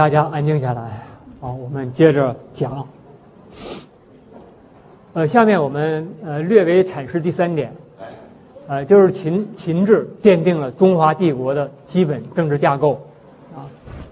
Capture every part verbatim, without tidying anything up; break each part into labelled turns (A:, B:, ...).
A: 大家安静下来啊，我们接着讲。呃，下面我们呃略微阐释第三点，呃，就是秦秦制奠定了中华帝国的基本政治架构啊。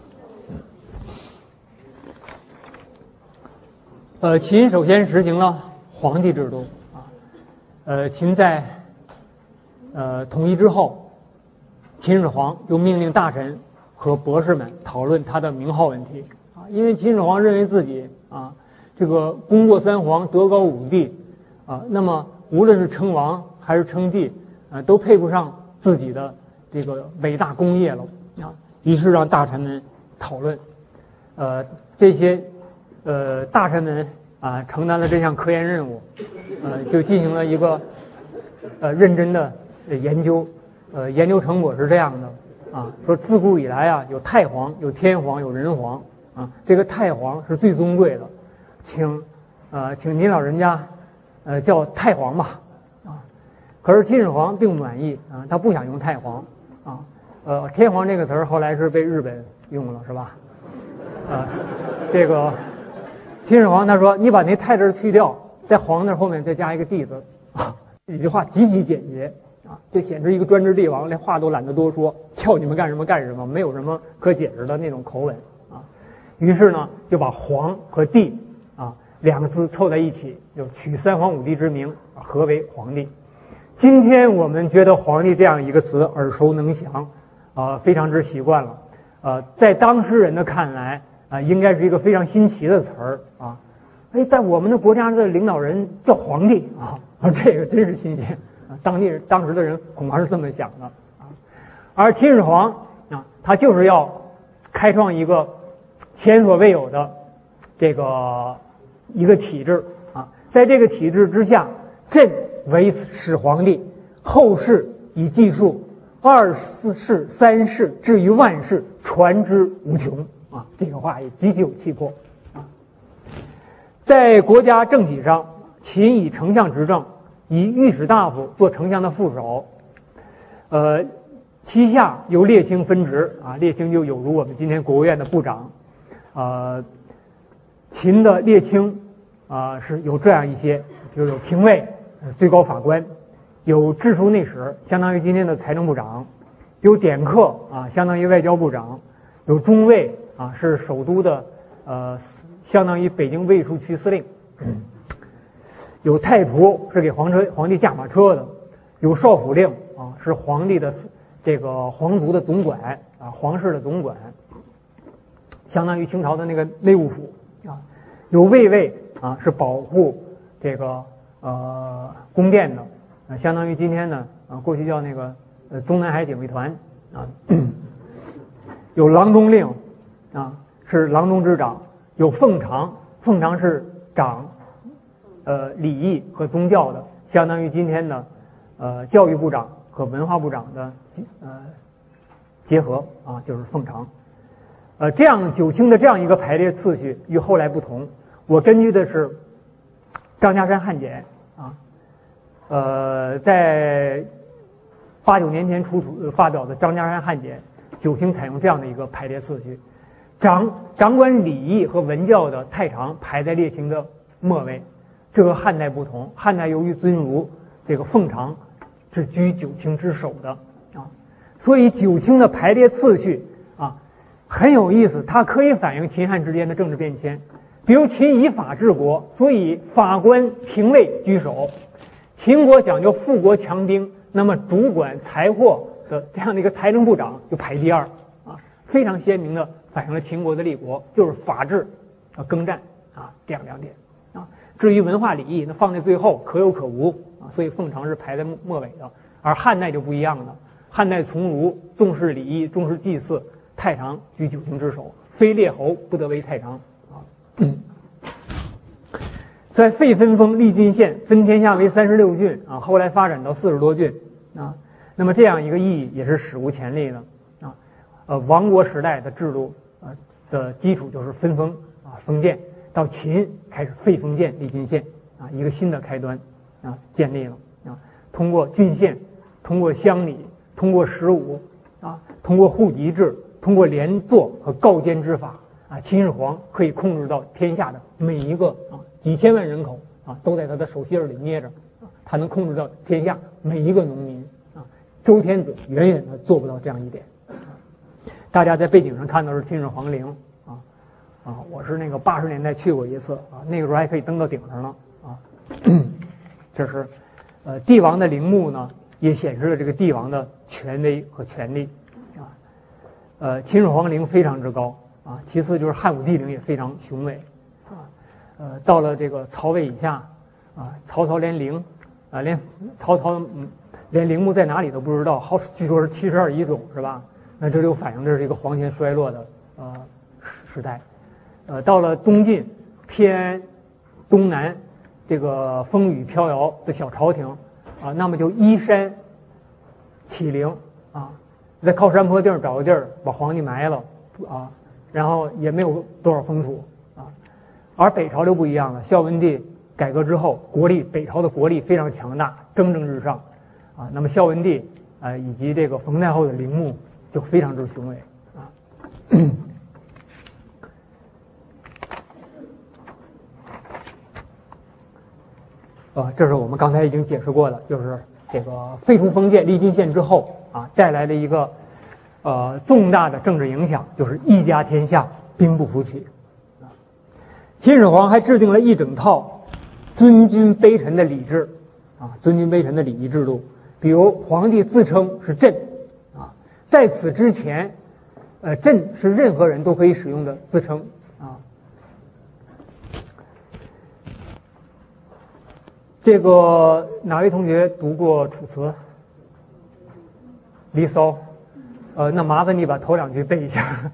A: 呃，秦首先实行了皇帝制度啊。呃，秦在呃统一之后，秦始皇就命令大臣和博士们讨论他的名号问题啊，因为秦始皇认为自己啊，这个功过三皇，德高武帝啊，那么无论是称王还是称帝啊，都配不上自己的这个伟大功业了啊。于是让大臣们讨论，呃，这些呃大臣们啊承担了这项科研任务，呃，就进行了一个呃认真的研究，呃，研究成果是这样的。啊，说自古以来啊，有太皇，有天皇，有人皇啊。这个太皇是最尊贵的，请，呃，请您老人家，呃，叫太皇吧，啊。可是秦始皇并不满意啊，他不想用太皇，啊，呃，天皇这个词儿后来是被日本用了，是吧？啊，这个秦始皇他说，你把那太字去掉，在皇字后面再加一个帝字，啊，这句话极其简洁。啊，就显示一个专制帝王，连话都懒得多说，叫你们干什么干什么，没有什么可解释的那种口吻啊。于是呢，就把皇和帝啊两个字凑在一起，就取三皇五帝之名，合为皇帝。今天我们觉得皇帝这样一个词耳熟能详，啊，非常之习惯了。呃，在当事人的看来啊，应该是一个非常新奇的词儿啊。哎，但我们的国家的领导人叫皇帝啊，这个真是新鲜。当地人当时的人恐怕是这么想的啊，而秦始皇啊，他就是要开创一个前所未有的这个一个体制啊，在这个体制之下，朕为始皇帝，后世以计数，二四世、三世至于万世，传之无穷啊！这个话也极其有气魄啊。在国家政体上，秦以丞相执政。以御史大夫做丞相的副手，呃，其下由列卿分职啊，列卿就有如我们今天国务院的部长，呃，秦的列卿啊、呃、是有这样一些，就有廷尉、最高法官，有治书内史，相当于今天的财政部长，有典客啊，相当于外交部长，有中尉啊，是首都的呃，相当于北京卫戍区司令。嗯有太仆是给皇车皇帝驾马车的，有少府令啊是皇帝的这个皇族的总管啊，皇室的总管，相当于清朝的那个内务府啊。有卫尉啊是保护这个呃宫殿的啊，相当于今天呢啊过去叫那个呃中南海警卫团啊。有郎中令啊是郎中之长，有奉常，奉常是长。呃，礼仪和宗教的，相当于今天的，呃，教育部长和文化部长的呃结合啊，就是奉常。呃，这样九卿的这样一个排列次序与后来不同。我根据的是张家山汉简啊，呃，在八九年前出土发表的张家山汉简，九卿采用这样的一个排列次序，掌掌管礼仪和文教的太常排在列卿的末位。这和汉代不同，汉代由于尊儒，这个奉常是居九卿之首的啊，所以九卿的排列次序啊很有意思，它可以反映秦汉之间的政治变迁。比如秦以法治国，所以法官、廷尉居首；秦国讲究富国强兵，那么主管财货的这样的一个财政部长就排第二啊，非常鲜明的反映了秦国的立国，就是法治和耕战啊这样两点。至于文化礼仪，那放在最后可有可无啊，所以奉常是排在末尾的。而汉代就不一样了，汉代从儒，重视礼仪，重视祭祀，太常居九卿之首，非列侯不得为太常啊。嗯、在废分封，立郡县，分天下为三十六郡啊，后来发展到四十多郡啊。那么这样一个意义也是史无前例的啊。呃，亡国时代的制度啊的基础就是分封啊，封建。到秦开始废封建立郡县啊，一个新的开端啊建立了啊。通过郡县，通过乡里，通过十五啊，通过户籍制，通过连坐和告监之法啊，秦始皇可以控制到天下的每一个啊几千万人口啊都在他的手心里捏着啊，他能控制到天下每一个农民啊。周天子远远的做不到这样一点。大家在背景上看到是秦始皇陵啊啊，我是那个八十年代去过一次啊，那个时候还可以登到顶上呢啊。这是呃帝王的陵墓呢，也显示了这个帝王的权威和权力啊。呃，秦始皇陵非常之高啊，其次就是汉武帝陵也非常雄伟啊。呃，到了这个曹魏以下啊，曹操连陵啊，连曹操嗯连陵墓在哪里都不知道，好据说是七十二遗冢是吧？那这就反映这是一个皇权衰落的呃时代。呃，到了东晋偏东南这个风雨飘摇的小朝廷啊，那么就依山起陵啊，在靠山坡地儿找个地儿把皇帝埋了啊，然后也没有多少封土啊。而北朝就不一样了，孝文帝改革之后，国力北朝的国力非常强大，蒸蒸日上啊。那么孝文帝啊以及这个冯太后的陵墓就非常之雄伟啊。啊，这是我们刚才已经解释过的，就是这个废除封建、立郡县之后啊，带来的一个呃重大的政治影响，就是一家天下，兵不服起。啊，秦始皇还制定了一整套尊君卑臣的礼制啊，尊君卑臣的礼仪制度。比如皇帝自称是朕啊，在此之前，呃，朕是任何人都可以使用的自称啊。这个哪位同学读过《楚辞》？离骚，呃，那麻烦你把头两句背一下。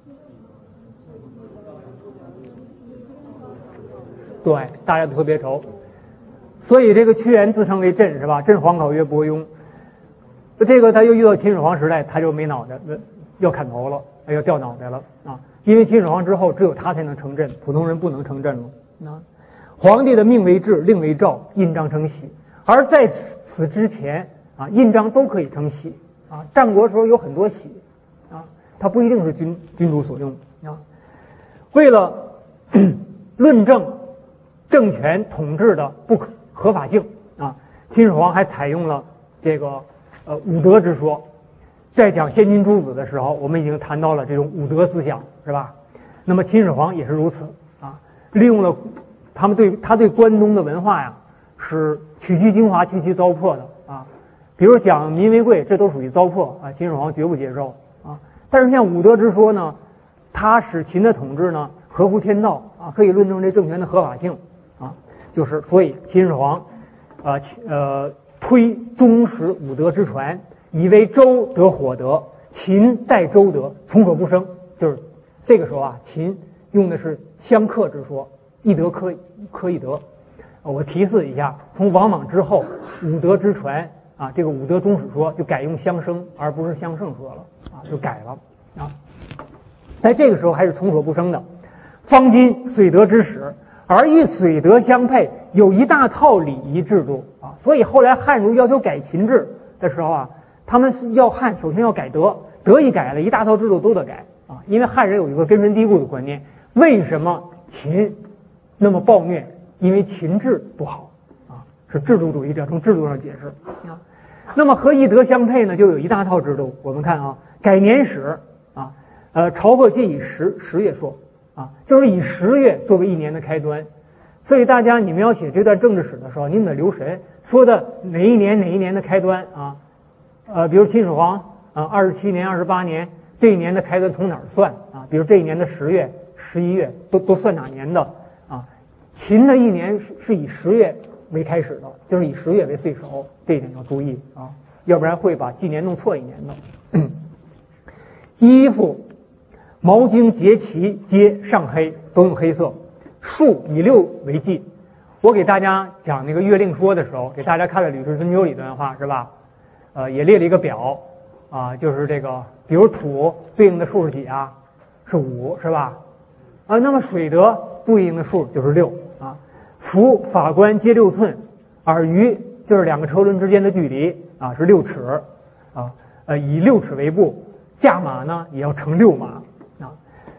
A: 对，大家都特别熟。所以这个屈原自称为朕是吧？朕皇考曰伯庸。这个他又遇到秦始皇时代，他就没脑袋，要砍头了，要掉脑袋了啊！因为秦始皇之后，只有他才能称朕，普通人不能称朕了啊。皇帝的命为制，令为诏，印章称玺。而在此之前啊，印章都可以称玺啊。战国时候有很多玺啊，它不一定是君君主所用啊。为了论证政权统治的不可合法性啊，秦始皇还采用了这个呃五德之说。在讲先秦诸子的时候，我们已经谈到了这种五德思想，是吧？那么秦始皇也是如此啊，利用了。他们对他对关东的文化呀，是取其精华，去其糟粕的啊。比如讲民为贵，这都属于糟粕啊，秦始皇绝不接受啊。但是像五德之说呢，它使秦的统治呢合乎天道啊，可以论证这政权的合法性啊。就是所以秦始皇，呃呃推忠实五德之传，以为周得火德，秦代周德，从所不生。就是这个时候啊，秦用的是相克之说。一德克克一德，我提示一下，从王莽之后，五德之传啊，这个五德宗史说就改用相生，而不是相胜说了啊，就改了啊。在这个时候还是从所不生的。方今水德之始，而与水德相配，有一大套礼仪制度啊。所以后来汉儒要求改秦制的时候啊，他们是要汉首先要改德，德一改了，一大套制度都得改啊。因为汉人有一个根深蒂固的观念，为什么秦那么暴虐？因为秦制不好啊，是制度主义者从制度上解释啊。那么和一德相配呢，就有一大套制度。我们看啊，改年始啊，呃，朝贺皆以十十月说啊，就是以十月作为一年的开端。所以大家你们要写这段政治史的时候，你们得留神说的哪一年哪一年的开端啊？呃，比如秦始皇啊，二十七年、二十八年这一年的开端从哪儿算啊？比如这一年的十月、十一月都都算哪年的？秦的一年是是以十月为开始的，就是以十月为岁首，这一点要注意啊，要不然会把纪年弄错一年的。衣服、毛巾、节旗皆上黑，都用黑色。数以六为纪。我给大家讲那个月令说的时候，给大家看了《吕氏春秋》里的段话，是吧？呃，也列了一个表啊，就是这个，比如土对应的数是几啊？是五，是吧？啊，那么水德对应的数就是六。啊，服法官皆六寸，而鱼就是两个车轮之间的距离啊是六尺啊，呃以六尺为步，驾马呢也要乘六马啊。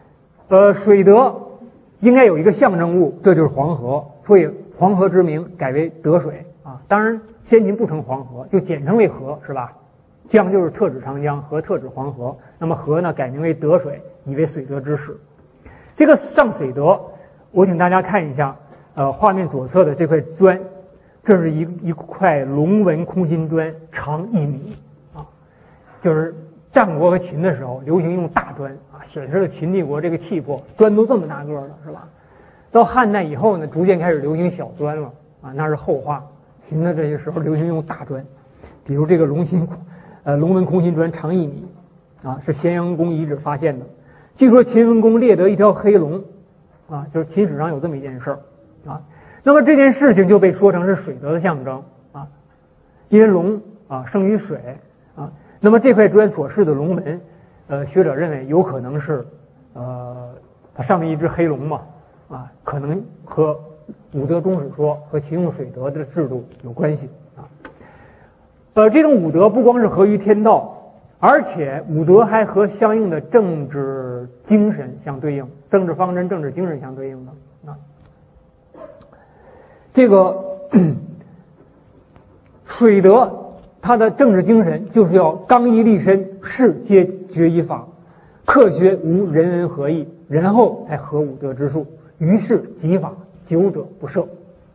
A: 呃，水德应该有一个象征物，这就是黄河，所以黄河之名改为德水啊。当然先秦不称黄河，就简称为河，是吧？江就是特指长江，河特指黄河。那么河呢，改名为德水，以为水德之始。这个上水德，我请大家看一下，呃，画面左侧的这块砖，这是一一块龙纹空心砖，长一米啊，就是战国和秦的时候流行用大砖啊，显示了秦帝国这个气魄，砖都这么大个了，是吧？到汉代以后呢，逐渐开始流行小砖了啊，那是后话。秦的这些时候流行用大砖，比如这个龙心。呃，龙纹空心砖长一米，啊，是咸阳宫遗址发现的。据说秦文公猎得一条黑龙，啊，就是秦史上有这么一件事儿，啊，那么这件事情就被说成是水德的象征，啊，因为龙啊生于水，啊，那么这块砖所示的龙纹，呃，学者认为有可能是，呃，它上面一只黑龙嘛，啊，可能和武德宗史说和秦用水德的制度有关系。呃，这种武德不光是合于天道，而且武德还和相应的政治精神相对应，政治方针、政治精神相对应的啊。这个水德，它的政治精神就是要刚毅立身，事皆决于法，克学无人文合义，然后才合武德之术，于是己法，久者不赦。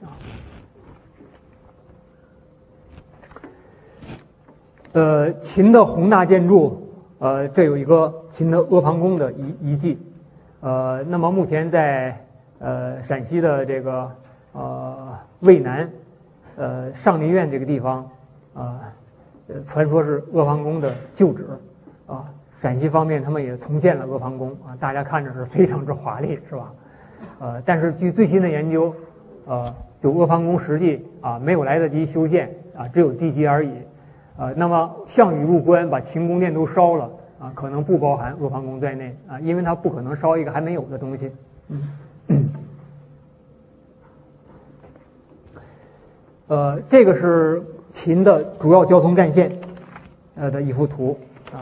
A: 呃，秦的宏大建筑，呃，这有一个秦的阿房宫的遗遗迹，呃，那么目前在呃陕西的这个呃渭南，呃上林苑这个地方，啊、呃，传说是阿房宫的旧址，啊，陕西方面他们也重建了阿房宫啊，大家看着是非常之华丽，是吧？呃，但是据最新的研究，呃，就阿房宫实际啊没有来得及修建啊，只有地基而已。呃，那么项羽入关把秦宫殿都烧了啊，可能不包含阿房宫在内啊，因为他不可能烧一个还没有的东西。嗯，嗯呃，这个是秦的主要交通干线呃的一幅图啊。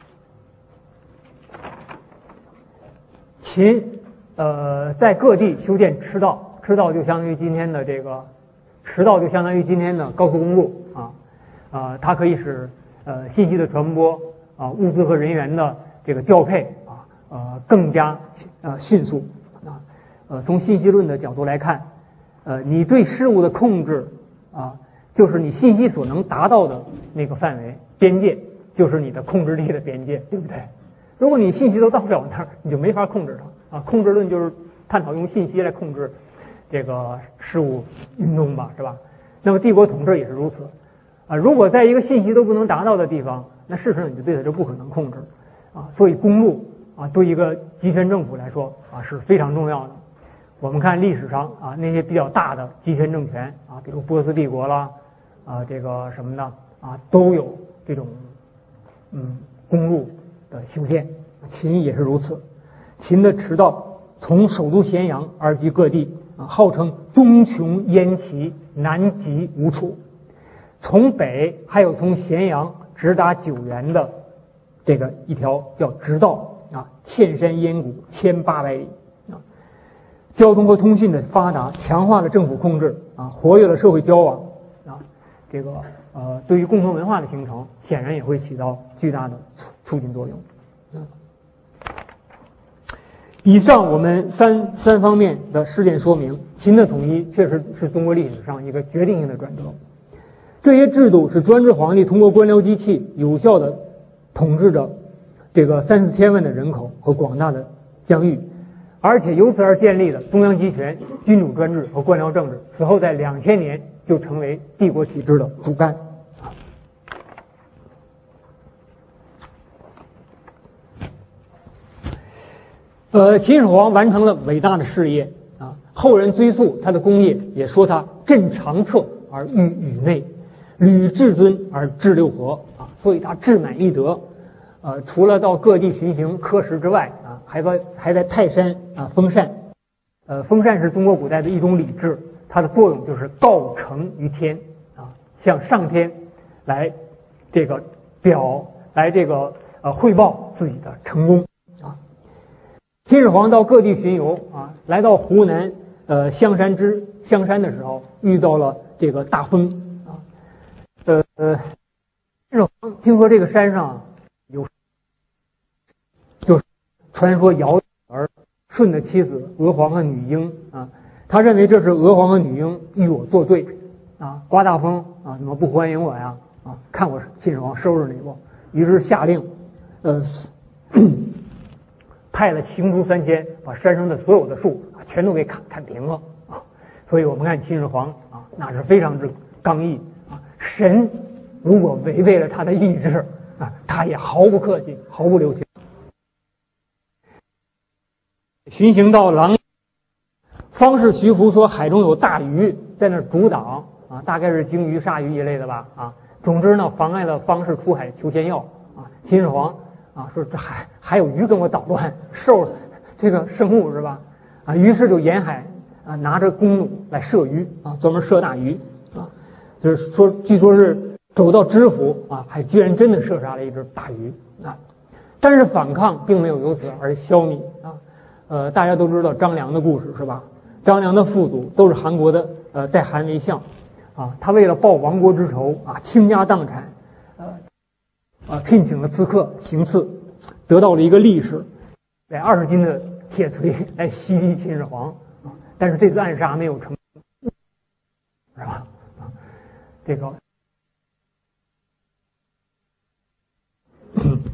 A: 秦呃在各地修建驰道，驰道就相当于今天的这个驰道就相当于今天的高速公路啊。啊、呃，它可以使呃信息的传播啊、呃，物资和人员的这个调配啊，呃更加呃迅速啊。呃，从信息论的角度来看，呃，你对事物的控制啊，就是你信息所能达到的那个范围边界，就是你的控制力的边界，对不对？如果你信息都到不了那儿，你就没法控制它啊。控制论就是探讨用信息来控制这个事物运动吧，是吧？那么帝国统治也是如此。啊，如果在一个信息都不能达到的地方，那事实上你就对它就不可能控制，啊，所以公路啊对一个集权政府来说啊是非常重要的。我们看历史上啊那些比较大的集权政权啊，比如波斯帝国啦，啊这个什么呢啊都有这种嗯公路的修建，秦也是如此。秦的驰道从首都咸阳而及各地啊，号称东穷燕齐，南极吴楚。从北还有从咸阳直达九原的这个一条叫直道啊，嵌山淹谷千八百里啊。交通和通信的发达，强化了政府控制啊，活跃了社会交往啊，这个呃对于共同文化的形成，显然也会起到巨大的促进作用。嗯，以上我们三三方面的事件说明，秦的统一确实是中国历史上一个决定性的转折。这些制度是专制皇帝通过官僚机器有效地统治着这个三四千万的人口和广大的疆域，而且由此而建立的中央集权、君主专制和官僚政治，此后在两千年就成为帝国体制的主干。呃，秦始皇完成了伟大的事业啊，后人追溯他的功业，也说他镇长策而御宇内，履至尊而治六合啊，所以他志满意得。呃，除了到各地巡行科食之外啊，还在还在泰山啊封禅。呃，封禅是中国古代的一种礼制，它的作用就是告成于天啊，向上天来这个表来这个呃汇报自己的成功啊。 秦始皇到各地巡游啊，来到湖南呃香山之香山的时候，遇到了这个大风啊，呃呃，秦始皇听说这个山上有，就是传说尧儿舜的妻子娥皇和女英啊，他认为这是娥皇和女英与我作对啊，刮大风啊，怎么不欢迎我呀？啊，看我秦始皇收拾你不？于是下令，呃。派了刑卒三千，把山上的所有的树啊全都给砍砍平了啊！所以我们看秦始皇啊，那是非常之刚毅啊。神如果违背了他的意志啊，他也毫不客气，毫不留情。巡行到琅琊，方士徐福说海中有大鱼在那儿阻挡啊，大概是鲸鱼、鲨鱼一类的吧啊。总之呢，妨碍了方士出海求仙药啊。秦始皇。啊，说这还还有鱼跟我捣乱，兽这个生物是吧？啊，于是就沿海啊拿着弓弩来射鱼啊，专门射大鱼啊，就是说，据说是走到知府啊，还居然真的射杀了一只大鱼啊。但是反抗并没有由此而消弭啊。呃，大家都知道张良的故事是吧？张良的父祖都是韩国的，呃，在韩为相啊，他为了报亡国之仇啊，倾家荡产，呃。啊，聘请了刺客行刺，得到了一个力士，来二十斤的铁锤来袭击秦始皇啊！但是这次暗杀没有成功，是吧？啊，这个，嗯、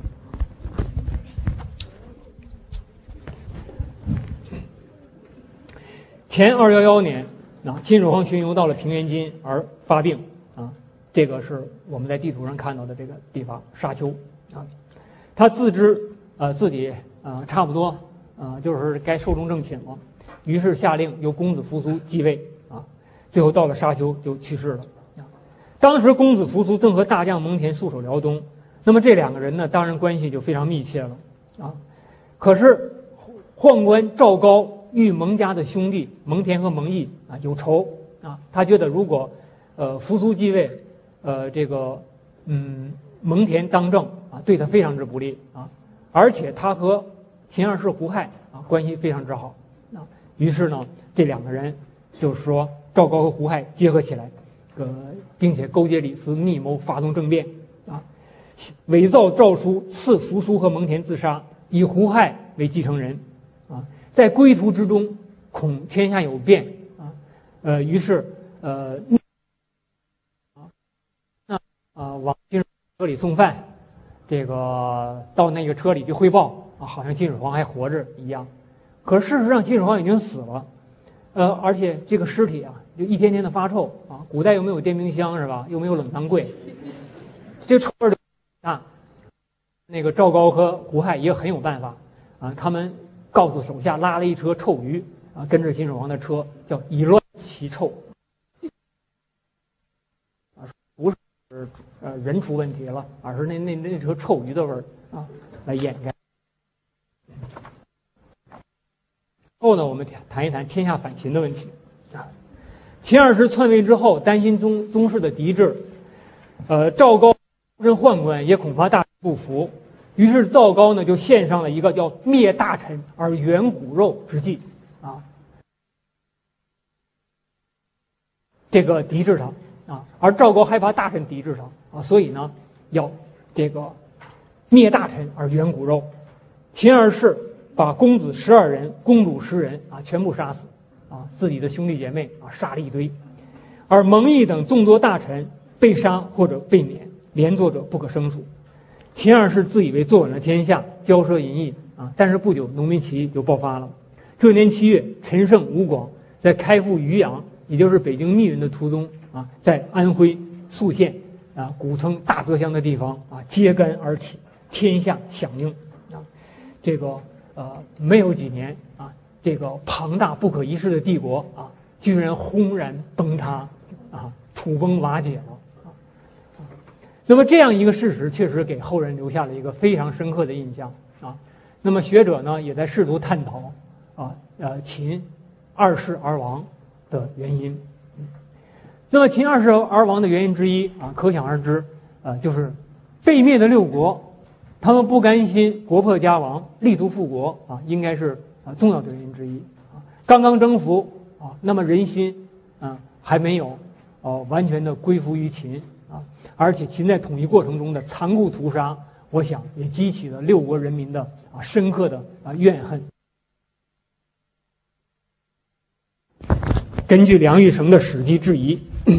A: 前二幺幺年，啊，秦始皇巡游到了平原津而发病啊。这个是我们在地图上看到的这个地方沙丘啊，他自知呃自己啊、呃、差不多啊、呃、就是该寿终正寝了，于是下令由公子扶苏继位啊，最后到了沙丘就去世了啊。当时公子扶苏正和大将蒙恬戍守辽东，那么这两个人呢，当然关系就非常密切了啊。可是宦官赵高与蒙家的兄弟蒙恬和蒙毅啊有仇啊，他觉得如果呃扶苏继位。呃，这个，嗯，蒙恬当政啊，对他非常之不利啊，而且他和秦二世胡亥啊关系非常之好啊，于是呢，这两个人就是说赵高和胡亥结合起来，呃，并且勾结李斯密谋发动政变啊，伪造诏书赐扶苏和蒙恬自杀，以胡亥为继承人啊，在归途之中恐天下有变啊，呃，于是呃。啊，往秦始皇车里送饭，这个到那个车里去汇报啊，好像秦始皇还活着一样。可事实上，秦始皇已经死了，呃，而且这个尸体啊，就一天天的发臭啊。古代又没有电冰箱是吧？又没有冷藏柜，这臭味啊。那个赵高和胡亥也很有办法啊，他们告诉手下拉了一车臭鱼啊，跟着秦始皇的车，叫以乱其臭。啊，不是。是呃人出问题了，而是那那那车臭鱼的味儿啊来掩盖。后呢，我们谈一谈天下反秦的问题啊。秦二世篡位之后，担心宗宗室的敌制，呃，赵高任宦官也恐怕大臣不服，于是赵高呢就献上了一个叫灭大臣而远骨肉之计啊，这个抵制他。啊，而赵高害怕大臣抵制他啊，所以呢，要这个灭大臣而远骨肉。秦二世把公子十二人、公主十人啊，全部杀死啊，自己的兄弟姐妹啊，杀了一堆。而蒙毅等众多大臣被杀或者被免，连坐者不可胜数。秦二世自以为坐稳了天下，骄奢淫逸啊，但是不久农民起义就爆发了。这年七月，陈胜、吴广在开赴渔阳，也就是北京密云的途中。啊，在安徽宿县啊，古称大泽乡的地方啊，揭竿而起，天下响应啊。这个呃，没有几年啊，这个庞大不可一世的帝国啊，居然轰然崩塌啊，土崩瓦解了啊。那么这样一个事实，确实给后人留下了一个非常深刻的印象啊。那么学者呢，也在试图探讨啊，呃，秦二世而亡的原因。那么秦二世而亡的原因之一啊，可想而知，呃，就是被灭的六国，他们不甘心国破家亡，力图复国啊，应该是啊重要的原因之一啊。刚刚征服啊，那么人心啊还没有哦完全的归服于秦啊，而且秦在统一过程中的残酷屠杀，我想也激起了六国人民的啊深刻的啊怨恨。根据梁玉绳的《史记质疑》，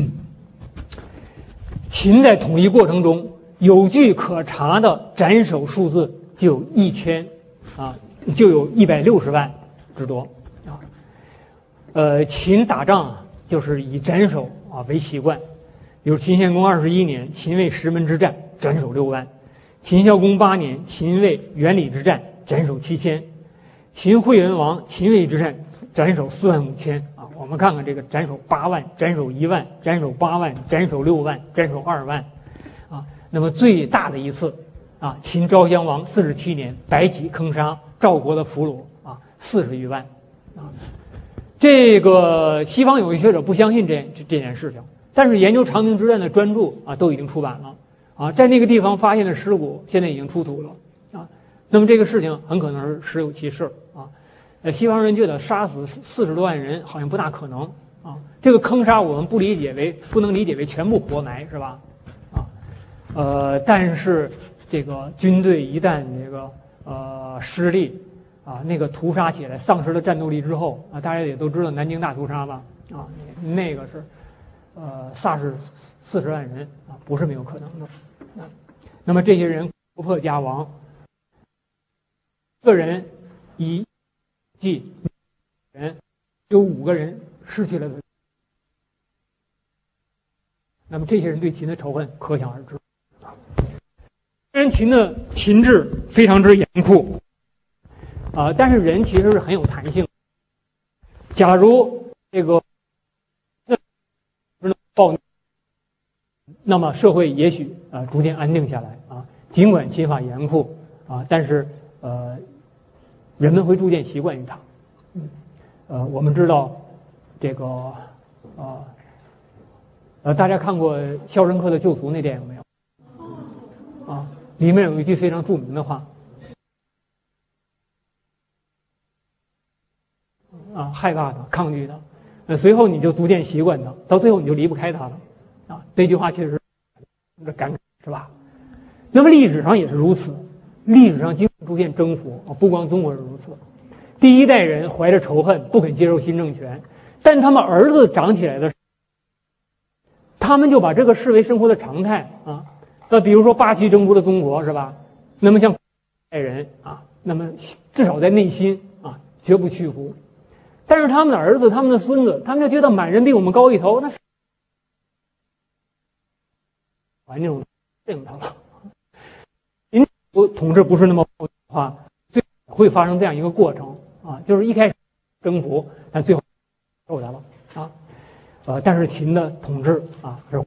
A: 秦在统一过程中有据可查的斩首数字就有一千啊，就有一百六十万之多啊。呃，秦打仗啊，就是以斩首啊为习惯。比如秦献公二十一年，秦魏石门之战斩首六万；秦孝公八年，秦魏元里之战斩首七千；秦惠文王秦魏之战斩首四万五千啊。我们看看这个斩首八万、斩首一万、斩首八万、斩首六万、斩首二万，啊，那么最大的一次，啊，秦昭襄王四十七年白起坑杀赵国的俘虏啊，四十余万，啊，这个西方有些学者不相信这这这件事情，但是研究长平之战的专著啊都已经出版了，啊，在那个地方发现的尸骨现在已经出土了，啊，那么这个事情很可能是实有其事啊。呃，西方人觉得杀死四十多万人好像不大可能啊。这个坑杀我们不理解为不能理解为全部活埋是吧？啊，呃，但是这个军队一旦这个呃失利啊，那个屠杀起来丧失了战斗力之后啊，大家也都知道南京大屠杀吧？啊，那个是呃杀死四十万人啊，不是没有可能的。啊，那么这些人国破家亡，个人以即人有五个人失去了，那么这些人对秦的仇恨可想而知。虽然秦的秦制非常之严酷，啊、呃，但是人其实是很有弹性。假如这个暴，那么社会也许啊、呃、逐渐安定下来啊。尽管秦法严酷啊，但是呃。人们会逐渐习惯于它。嗯，呃，我们知道，这个，呃，呃，大家看过《肖申克的救赎》那电影没有？啊，里面有一句非常著名的话，啊，害怕它，抗拒它，呃，随后你就逐渐习惯它，到最后你就离不开它了。啊，这句话确实是感慨，是吧？那么历史上也是如此。历史上经常出现征服啊，不光中国是如此。第一代人怀着仇恨，不肯接受新政权，但他们儿子长起来的时候，他们就把这个视为生活的常态啊。那比如说八旗征服了中国，是吧？那么像代人啊，那么至少在内心啊，绝不屈服。但是他们的儿子、他们的孙子，他们就觉得满人比我们高一头，那是反正这种他了。统治不是那么的话，最后会发生这样一个过程啊，就是一开始征服，但最后受他了啊，呃，但是秦的统治啊是，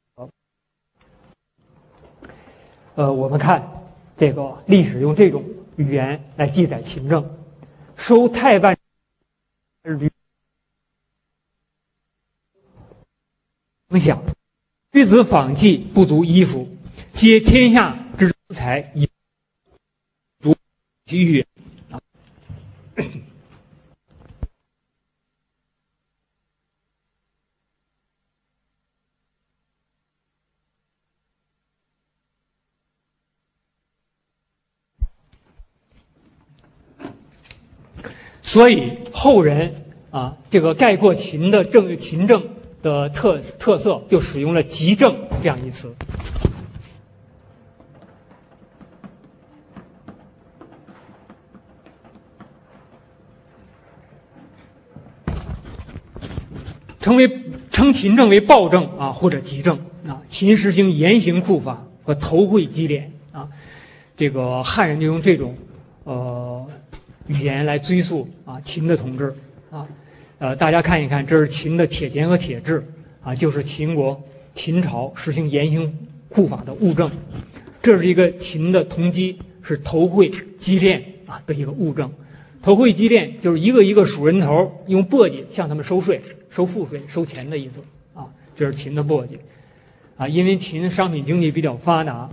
A: 呃，我们看这个历史用这种语言来记载秦政，收太半旅，影响，居子访祭不足衣服，皆天下之财以。其余啊，所以后人啊，这个概括秦的政秦政的特特色，就使用了“极政”这样一词。称为称秦政为暴政啊，或者极政啊。秦实行严刑酷法和头惠积敛啊，这个汉人就用这种呃语言来追溯啊秦的统治啊。呃，大家看一看，这是秦的铁钱和铁制啊，就是秦国秦朝实行严刑酷法的物证。这是一个秦的铜基，是头惠积敛啊的一个物证。头惠积敛就是一个一个数人头，用簸箕向他们收税。收赋税、收钱的意思啊，这是秦的簸箕啊。因为秦商品经济比较发达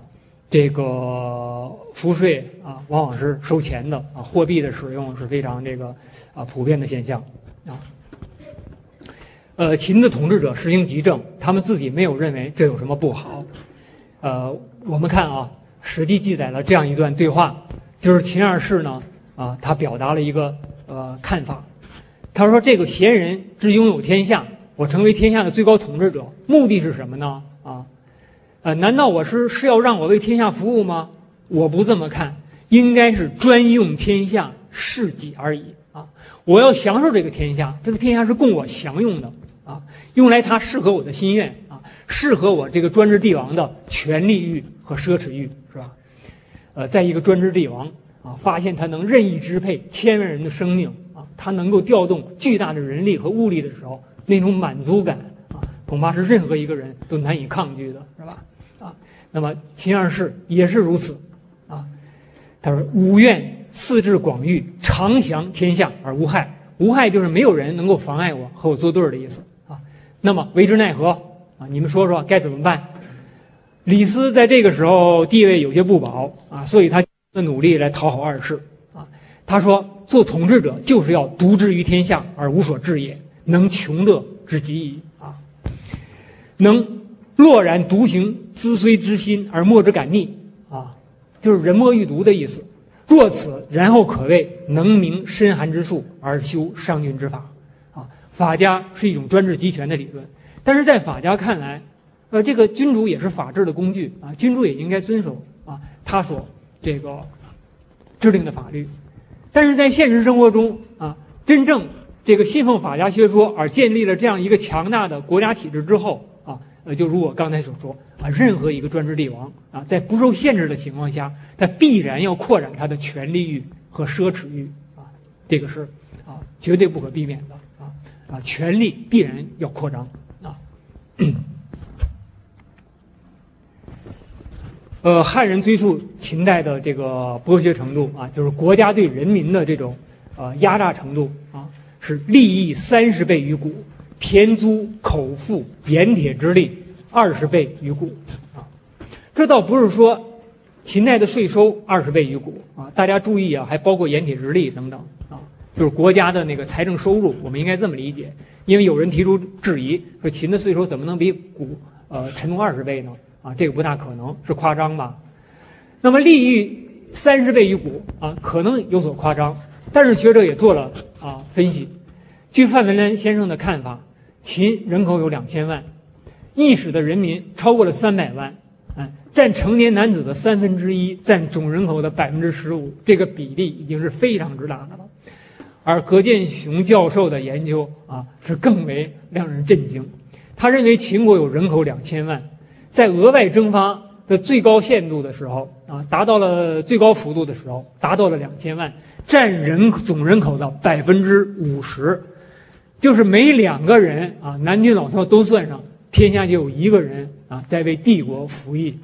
A: 这个赋税啊，往往是收钱的啊，货币的使用是非常这个啊普遍的现象啊。呃，秦的统治者实行集政，他们自己没有认为这有什么不好。呃，我们看啊，《史记》记载了这样一段对话，就是秦二世呢啊，他表达了一个呃看法，他说：“这个贤人之拥有天下，我成为天下的最高统治者，目的是什么呢？啊？”呃，难道我是是要让我为天下服务吗？我不这么看，应该是专用天下，事己而已啊！我要享受这个天下，这个天下是供我享用的啊，用来它适合我的心愿啊，适合我这个专制帝王的权力欲和奢侈欲，是吧？呃，在一个专制帝王啊，发现他能任意支配千万人的生命啊，他能够调动巨大的人力和物力的时候，那种满足感啊，恐怕是任何一个人都难以抗拒的，是吧？啊，那么秦二世也是如此，啊，他说：“吾愿四治广域，常享天下而无害。无害就是没有人能够妨碍我和我作对的意思啊。那么为之奈何啊？你们说说该怎么办？”李斯在这个时候地位有些不保啊，所以他努力来讨好二世啊。他说：“做统治者就是要独治于天下而无所治也，能穷乐之极矣啊，能。”落然独行资虽之心而莫之敢逆啊，就是人莫欲独的意思。若此，然后可谓能明深寒之术而修商君之法啊。法家是一种专制集权的理论，但是在法家看来，呃，这个君主也是法治的工具啊，君主也应该遵守啊他所这个制定的法律。但是在现实生活中啊，真正这个信奉法家学说而建立了这样一个强大的国家体制之后。呃，就如我刚才所说啊，任何一个专制帝王啊，在不受限制的情况下，他必然要扩展他的权力欲和奢侈欲啊，这个是啊绝对不可避免的啊啊，权力必然要扩张啊。呃，汉人追溯秦代的这个剥削程度啊，就是国家对人民的这种呃压榨程度啊，是利益三十倍于古。田租、口腹、盐铁之力二十倍于古啊，这倒不是说秦代的税收二十倍于古啊，大家注意啊，还包括盐铁之力等等啊，就是国家的那个财政收入，我们应该这么理解。因为有人提出质疑，说秦的税收怎么能比古呃沉重二十倍呢？啊，这个不大可能，是夸张吧？那么利益三十倍于古啊，可能有所夸张，但是学者也做了啊分析。据范文澜先生的看法，秦人口有两千万，役使的人民超过了三百万，嗯，占成年男子的三分之一，占总人口的百分之十五，这个比例已经是非常之大的了。而葛剑雄教授的研究啊，是更为让人震惊。他认为秦国有人口两千万，在额外征发的最高限度的时候啊，达到了最高幅度的时候，达到了两千万，占人总人口的百分之五十。就是每两个人啊，男女老少都算上，天下就有一个人啊在为帝国服役。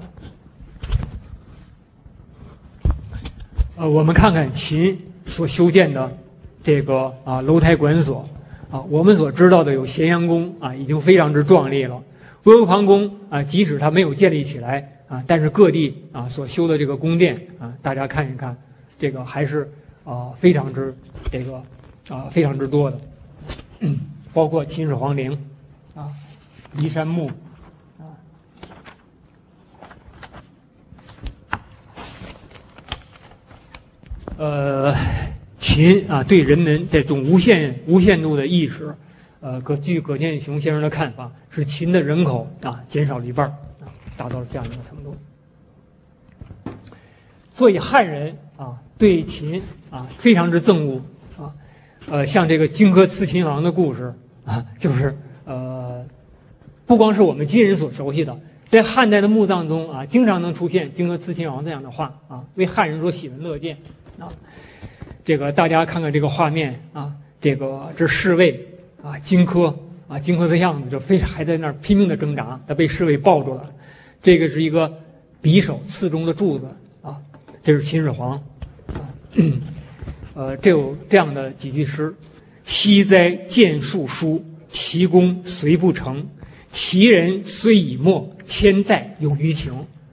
A: 呃，我们看看秦所修建的这个啊楼台馆所啊，我们所知道的有咸阳宫啊，已经非常之壮丽了。阿房庞宫啊，即使它没有建立起来啊，但是各地啊所修的这个宫殿啊，大家看一看，这个还是啊非常之这个啊非常之多的。嗯，包括秦始皇陵啊、骊山墓啊，呃，秦啊对人们这种无限无限度的意识，呃，根据葛剑雄先生的看法，是秦的人口啊减少了一半啊，达到了这样一个程度。所以汉人啊对秦啊非常之憎恶啊。呃，像这个荆轲刺秦王的故事啊，就是呃，不光是我们今人所熟悉的，在汉代的墓葬中啊，经常能出现荆轲刺秦王这样的话啊，为汉人所喜闻乐见啊。这个大家看看这个画面啊，这个这侍卫啊，荆轲啊，荆轲的样子就非常还在那儿拼命的挣扎，他被侍卫抱住了。这个是一个匕首刺中的柱子啊，这是秦始皇啊。呃，这有这样的几句诗：惜哉剑术疏，其功虽不成。其人虽已没，千载有余情。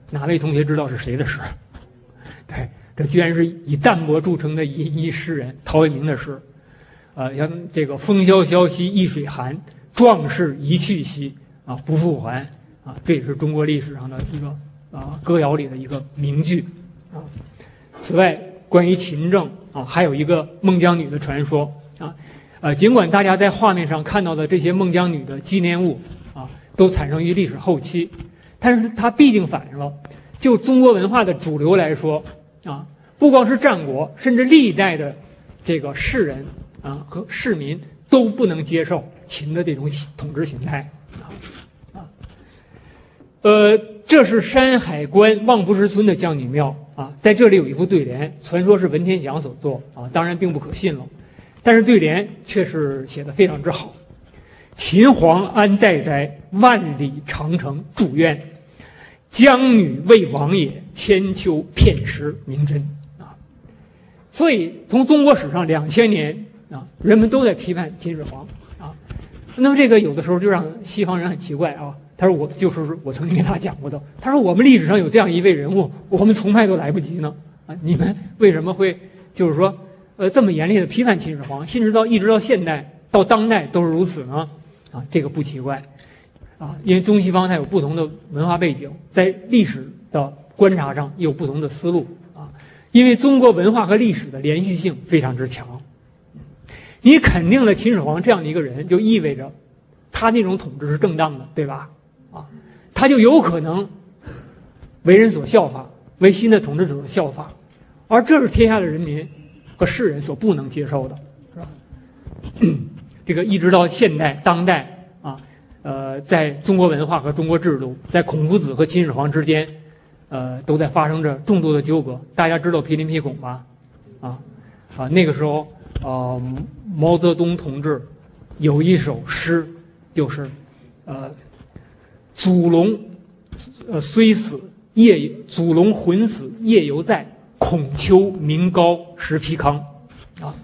A: 哪位同学知道是谁的诗？对，这居然是以淡泊著称的隐逸诗人陶渊明的诗。呃，像这个风萧萧兮易水寒，壮士一去兮啊不复还啊，这也是中国历史上的一个啊歌谣里的一个名句啊。此外，关于秦政啊，还有一个孟姜女的传说啊。呃，尽管大家在画面上看到的这些孟姜女的纪念物啊，都产生于历史后期，但是它毕竟反映了，就中国文化的主流来说啊，不光是战国，甚至历代的这个士人啊和市民都不能接受秦的这种统治形态啊啊。呃，这是山海关望夫石村的将女庙啊，在这里有一副对联，传说是文天祥所作啊，当然并不可信了。但是对联却是写得非常之好，秦皇安在哉？万里长城筑苑，姜女为王也，千秋片时名真啊。所以从中国史上两千年啊，人们都在批判秦始皇啊。那么这个有的时候就让西方人很奇怪啊。他说我就是我曾经跟他讲过的，他说我们历史上有这样一位人物，我们崇拜都来不及呢啊，你们为什么会就是说？呃，这么严厉的批判秦始皇，甚至到一直到现代到当代都是如此呢？啊，这个不奇怪，啊，因为中西方它有不同的文化背景，在历史的观察上也有不同的思路啊。因为中国文化和历史的连续性非常之强，你肯定了秦始皇这样的一个人，就意味着他那种统治是正当的，对吧？啊，他就有可能为人所效法，为新的统治者所效法，而这是天下的人民和世人所不能接受的，是吧？这个一直到现代当代啊，呃，在中国文化和中国制度，在孔夫子和秦始皇之间，呃，都在发生着众多的纠葛。大家知道毗邻辟孔吧？啊啊，那个时候，呃，毛泽东同志有一首诗，就是呃，祖龙呃虽死夜，祖龙魂死夜犹在。孔丘名高实嵇康，啊，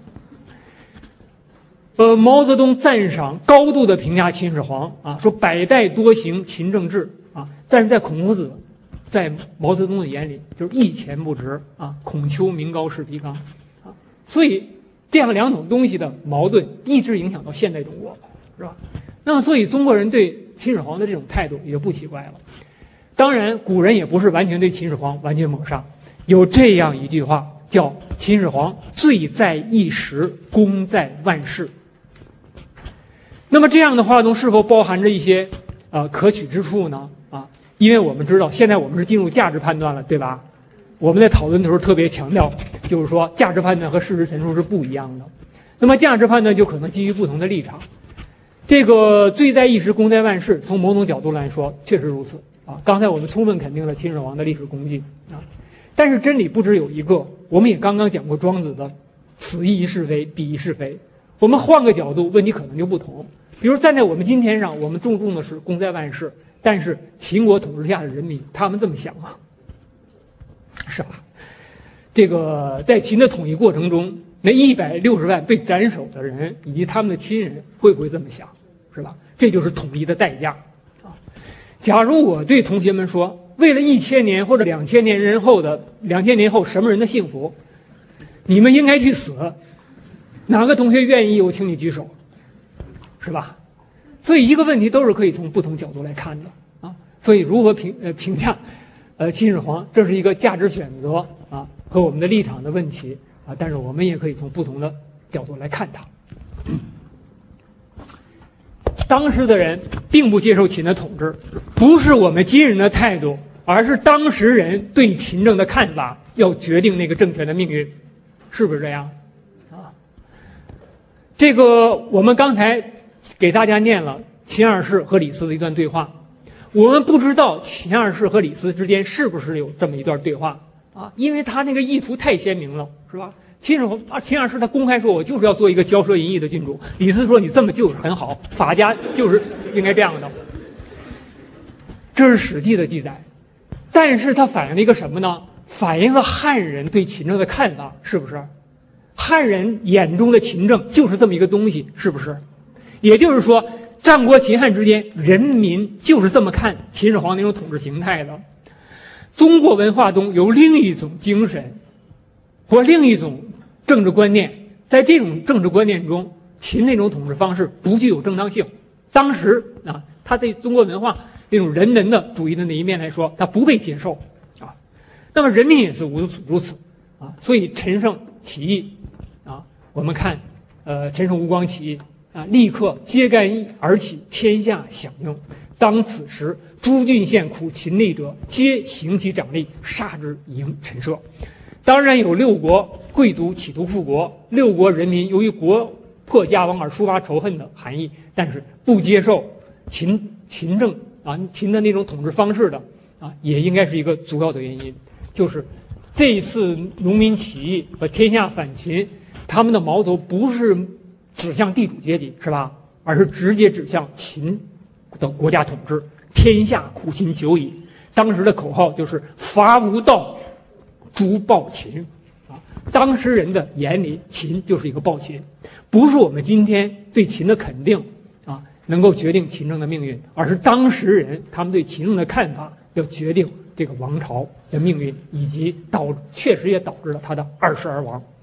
A: 呃，毛泽东赞赏高度的评价秦始皇啊，说百代多行秦政治啊，但是在孔夫子，在毛泽东的眼里就是一钱不值啊。孔丘名高实嵇康，啊，所以这样两种东西的矛盾一直影响到现代中国，是吧？那么，所以中国人对秦始皇的这种态度也就不奇怪了。当然，古人也不是完全对秦始皇完全抹杀。有这样一句话叫“秦始皇罪在一时，功在万世”。那么这样的话中是否包含着一些呃可取之处呢？啊，因为我们知道现在我们是进入价值判断了，对吧？我们在讨论的时候特别强调，就是说价值判断和事实陈述是不一样的。那么价值判断就可能基于不同的立场。这个罪在一时，功在万世，从某种角度来说确实如此啊。刚才我们充分肯定了秦始皇的历史功绩啊。但是真理不只有一个，我们也刚刚讲过庄子的“此一是非，彼一是非”。我们换个角度，问题可能就不同。比如站在我们今天上，我们注重的是功在万世，但是秦国统治下的人民，他们这么想吗？是吧？这个在秦的统一过程中，那一百六十万被斩首的人以及他们的亲人，会不会这么想？是吧？这就是统一的代价啊！假如我对同学们说，为了一千年或者两千年人后的两千年后什么人的幸福，你们应该去死。哪个同学愿意？我请你举手，是吧？所以一个问题都是可以从不同角度来看的啊。所以如何评呃评价呃秦始皇，这是一个价值选择啊和我们的立场的问题啊。但是我们也可以从不同的角度来看它。当时的人并不接受秦的统治，不是我们今人的态度，而是当时人对秦政的看法要决定那个政权的命运，是不是这样？啊，这个我们刚才给大家念了秦二世和李斯的一段对话，我们不知道秦二世和李斯之间是不是有这么一段对话啊，因为他那个意图太鲜明了，是吧？秦始皇啊，秦二世他公开说，我就是要做一个骄奢淫逸的君主。李斯说，你这么就是很好，法家就是应该这样的。这是《史记》的记载，但是它反映了一个什么呢？反映了汉人对秦政的看法，是不是？汉人眼中的秦政就是这么一个东西，是不是？也就是说，战国秦汉之间，人民就是这么看秦始皇那种统治形态的。 中国文化中有另一种精神或另一种政治观念，在这种政治观念中，秦那种统治方式不具有正当性。当时啊，他对中国文化那种人文的主义的那一面来说，他不被接受啊。那么人民也是如此如此啊。所以陈胜起义啊，我们看呃陈胜吴广起义啊，立刻揭竿而起，天下响应。当此时，诸郡县苦秦吏者，皆行其长吏，杀之以迎陈涉。当然有六国贵族企图复国，六国人民由于国破家亡而抒发仇恨的含义，但是不接受秦秦政啊秦的那种统治方式的啊，也应该是一个主要的原因。就是这一次农民起义和天下反秦，他们的矛头不是指向地主阶级，是吧？而是直接指向秦的国家统治。天下苦秦久矣，当时的口号就是伐无道，诛暴秦。啊，当时人的眼里，秦就是一个暴秦，不是我们今天对秦的肯定啊能够决定秦政的命运，而是当时人他们对秦政的看法要决定这个王朝的命运，以及导确实也导致了他的二世而亡。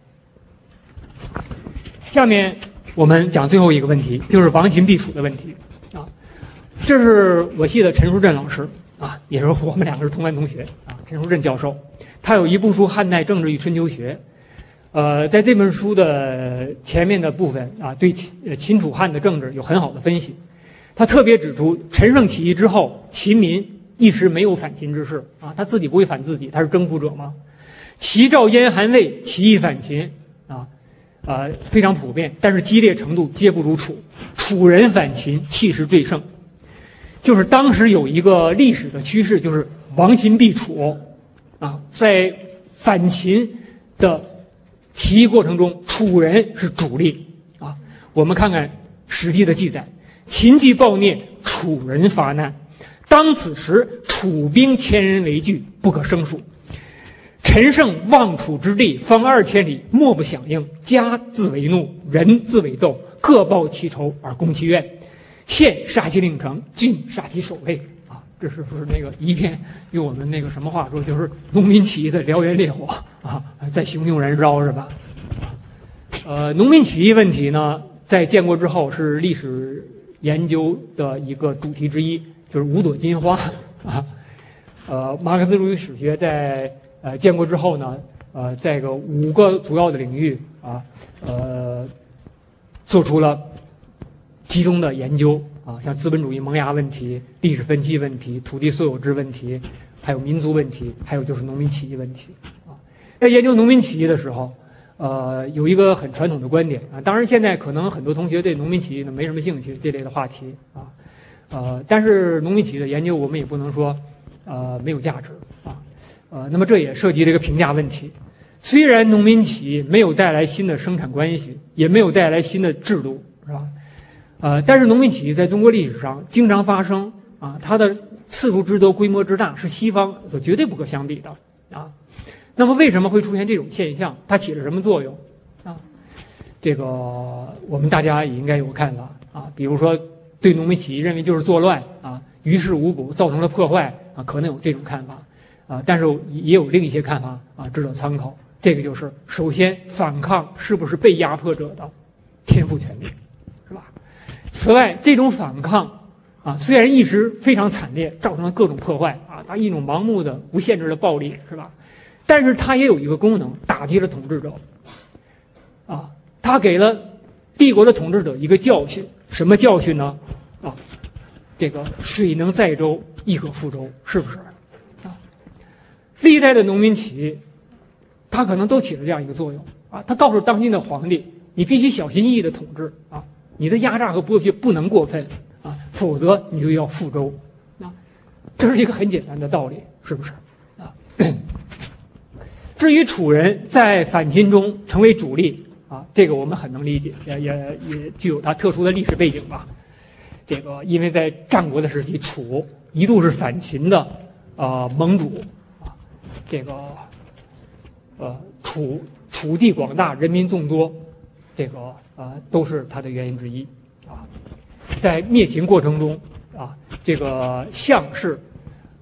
A: 下面我们讲最后一个问题，就是亡秦必楚的问题啊。这是我系的陈书镇老师啊，也是我们两个是同班同学啊。陈书镇教授，他有一部书《汉代政治与春秋学》，呃，在这本书的前面的部分啊，对秦秦楚汉的政治有很好的分析。他特别指出，陈胜起义之后，秦民一时没有反秦之势啊，他自己不会反自己，他是征服者嘛。齐赵燕韩魏起义反秦啊，呃，非常普遍，但是激烈程度皆不如楚。楚人反秦气势最盛。就是当时有一个历史的趋势，就是亡秦必楚，啊，在反秦的起义过程中，楚人是主力啊。我们看看《史记》的记载：秦既暴虐，楚人发难。当此时，楚兵千人为惧，不可胜数。陈胜望楚之地方二千里，莫不响应。家自为怒，人自为斗，各报其仇而攻其怨。县杀其领城，郡杀其守卫啊！这是不是那个一片用我们那个什么话说，就是农民起义的燎原烈火啊，在熊熊燃烧是吧？呃，农民起义问题呢，在建国之后是历史研究的一个主题之一，就是五朵金花啊。呃，马克思主义史学在呃建国之后呢，呃，在个五个主要的领域啊，呃，做出了集中的研究啊，像资本主义萌芽问题、历史分期问题、土地所有制问题，还有民族问题，还有就是农民起义问题啊。在研究农民起义的时候，呃，有一个很传统的观点啊，当然现在可能很多同学对农民起义呢没什么兴趣，这类的话题啊，呃，但是农民起义的研究我们也不能说呃没有价值啊，呃，那么这也涉及这个评价问题。虽然农民起义没有带来新的生产关系，也没有带来新的制度，是吧？呃，但是农民起义在中国历史上经常发生啊，它的次数之多、规模之大是西方所绝对不可相比的啊。那么为什么会出现这种现象？它起了什么作用啊？这个我们大家也应该有看法啊。比如说，对农民起义认为就是作乱啊，于事无补，造成了破坏啊，可能有这种看法啊。但是也有另一些看法啊，值得参考。这个就是，首先反抗是不是被压迫者的天赋权利，是吧？此外，这种反抗啊，虽然一时非常惨烈，造成了各种破坏啊，它一种盲目的、无限制的暴力，是吧？但是它也有一个功能，打击了统治者，啊，它给了帝国的统治者一个教训，什么教训呢？啊，这个水能载舟，亦可覆舟，是不是？啊，历代的农民起义，它可能都起了这样一个作用啊，它告诉当今的皇帝，你必须小心翼翼的统治啊。你的压榨和剥削不能过分啊，否则你就要覆舟啊，这是一个很简单的道理，是不是啊？至于楚人在反秦中成为主力啊，这个我们很能理解，也也也具有它特殊的历史背景吧。这个因为在战国的时期，楚一度是反秦的啊、呃、盟主啊，这个呃楚楚地广大，人民众多，这个啊、呃、都是它的原因之一啊。在灭秦过程中啊，这个项氏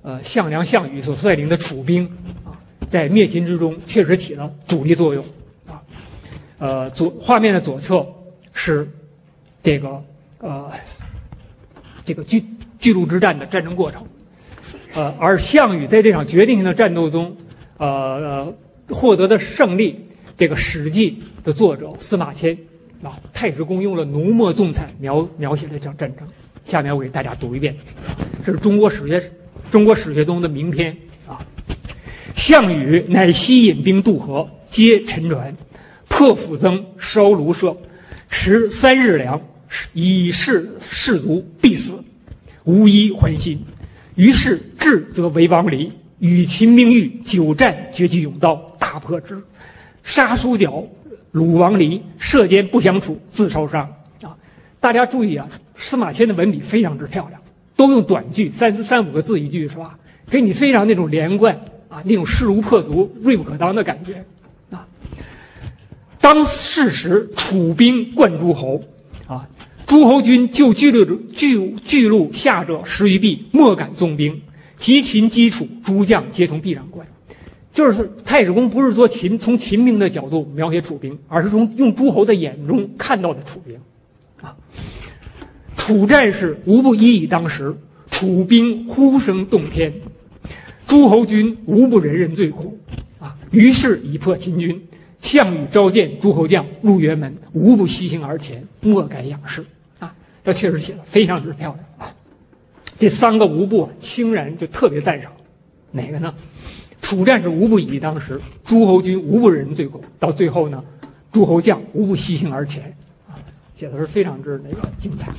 A: 呃项梁、项羽所率领的楚兵啊，在灭秦之中确实起了主力作用啊。呃，左画面的左侧是这个呃这个巨巨鹿之战的战争过程，呃，而项羽在这场决定性的战斗中，呃呃获得的胜利。这个《史记》的作者司马迁啊，太史公用了浓墨重彩描描写了这场战争。下面我给大家读一遍，这是中国史学中国史学中的名篇啊。项羽乃西引兵渡河，皆沉船，破釜增，烧庐舍，持三日粮，以示士卒必死，无一还心。于是至则为王离，与秦明玉久战，决其甬道，大破之。杀书角，鲁王离，射箭不相处，自烧伤啊！大家注意啊，司马迁的文笔非常之漂亮，都用短句，三四三五个字一句是吧？给你非常那种连贯啊，那种势如破竹、锐不可当的感觉啊。当是时，楚兵灌诸侯啊，诸侯军就巨鹿巨巨鹿下者十余臂，莫敢纵兵，及秦击楚，诸将皆从避让关。就是太史公不是说秦从秦兵的角度描写楚兵，而是从用诸侯的眼中看到的楚兵，啊，楚战事无不一以当十，楚兵呼声动天，诸侯军无不人人罪苦，啊，于是以破秦军。项羽召见诸侯将入辕门，无不西行而前，莫敢仰视，啊，这确实写的非常之漂亮啊。这三个无不清然就特别赞赏，哪个呢？楚战是无不以当时，诸侯军无不人人罪苦，到最后呢，诸侯将无不西行而前，啊，写的是非常之那个精彩。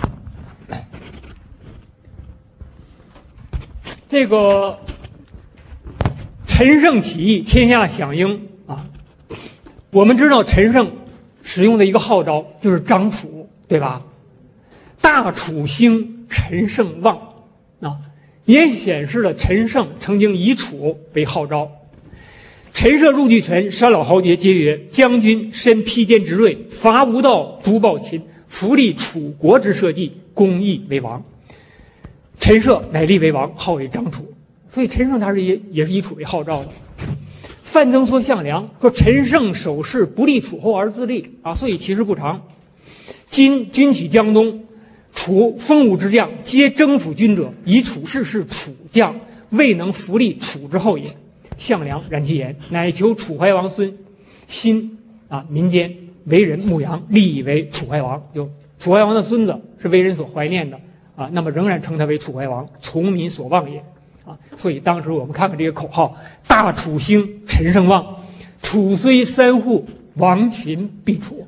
A: 这个陈胜起义，天下响应啊！我们知道陈胜使用的一个号召就是张楚，对吧？大楚兴，陈胜旺啊。也显示了陈胜曾经以楚为号召。陈涉入巨泉，山老豪杰皆曰：将军身披坚执锐，伐无道，诛暴秦，扶立楚国之社稷，公义为王。陈涉乃立为王，号为张楚。所以陈胜他是也也是以楚为号召的。范增说项梁说陈胜守势不立楚后而自立啊，所以其实不长。今军起江东。楚锋武之将皆征服君者，以楚氏是楚将，未能扶立楚之后也。项梁然其言，乃求楚怀王孙辛啊民间为人牧羊，立以为楚怀王。就楚怀王的孙子是为人所怀念的啊，那么仍然称他为楚怀王，从民所望也啊。所以当时我们看看这个口号：大楚兴，陈胜旺，楚虽三户，亡秦必楚。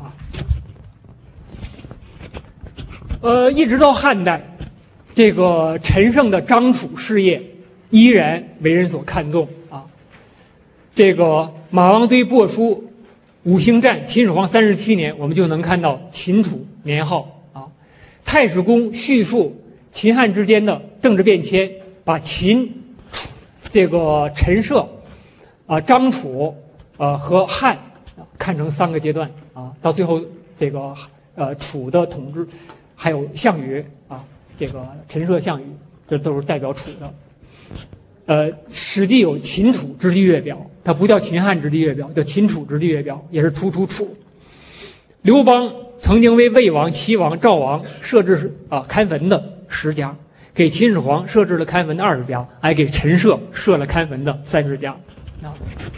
A: 呃，一直到汉代，这个陈胜的张楚事业依然为人所看重啊。这个马王堆帛书五星战秦始皇三十七年，我们就能看到秦楚年号啊。太史公叙述秦汉之间的政治变迁，把秦这个陈涉啊、张楚呃和汉看成三个阶段啊，到最后这个呃楚的统治。还有项羽啊，这个陈涉、项羽，这都是代表楚的。呃，《史记》有秦楚之地月表，它不叫秦汉之地月表，叫秦楚之地月表，也是楚楚楚。刘邦曾经为魏王、齐王、赵王设置啊看坟的十家，给秦始皇设置了看坟的二十家，还给陈涉设了看坟的三十家。啊，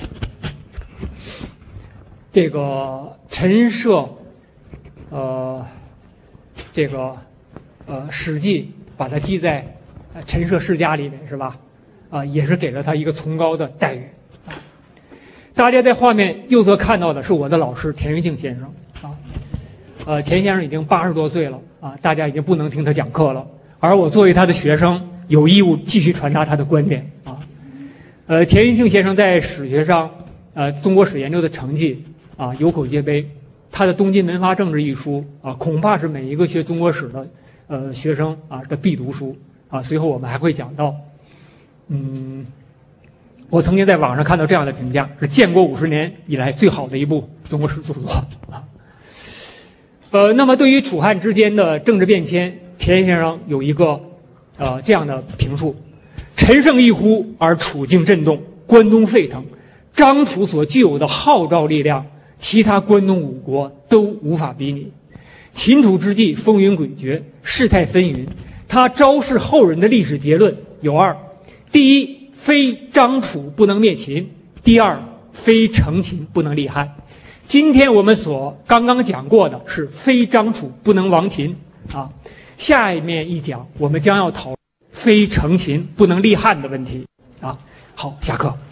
A: 这个陈涉，呃。这个，呃，《史记》把它记在呃陈涉世家里面，是吧？啊，也是给了他一个崇高的待遇。啊，大家在画面右侧看到的是我的老师田余庆先生啊，呃，田先生已经八十多岁了啊，大家已经不能听他讲课了，而我作为他的学生，有义务继续传达他的观点啊。呃，田余庆先生在史学上，呃，中国史研究的成绩啊，有口皆碑。他的《东晋门阀政治》一书啊，恐怕是每一个学中国史的呃学生啊的必读书啊。随后我们还会讲到，嗯，我曾经在网上看到这样的评价：是建国五十年以来最好的一部中国史著作啊。呃，那么对于楚汉之间的政治变迁，田先生有一个呃这样的评述： 陈胜一呼而楚境震动，关东沸腾。张楚所具有的号召力量，其他关东五国都无法比拟。秦楚之际风云诡谲，事态纷纭。他昭示后人的历史结论有二：第一，非张楚不能灭秦；第二，非成秦不能立汉。今天我们所刚刚讲过的是非张楚不能亡秦啊，下面一讲我们将要讨论非成秦不能立汉的问题啊。好，下课。